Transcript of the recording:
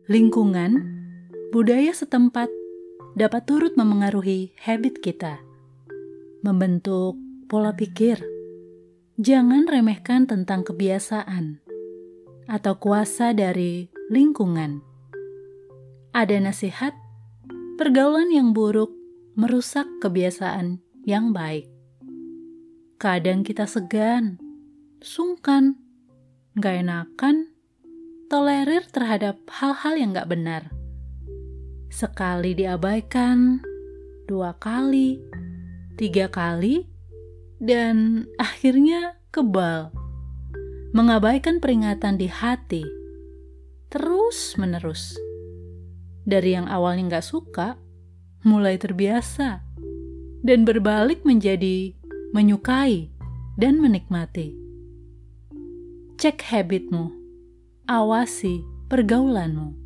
Lingkungan, budaya setempat dapat turut memengaruhi habit kita, membentuk pola pikir. Jangan remehkan tentang kebiasaan atau kuasa dari lingkungan. Ada nasihat, pergaulan yang buruk merusak kebiasaan yang baik. Kadang kita segan, sungkan, gak enakan, tolerir terhadap hal-hal yang gak benar. Sekali diabaikan, 2 kali, 3 kali, dan akhirnya kebal. Mengabaikan peringatan di hati, terus-menerus. Dari yang awalnya gak suka, mulai terbiasa, dan berbalik menjadi menyukai dan menikmati. Cek habitmu. Awasi pergaulanmu.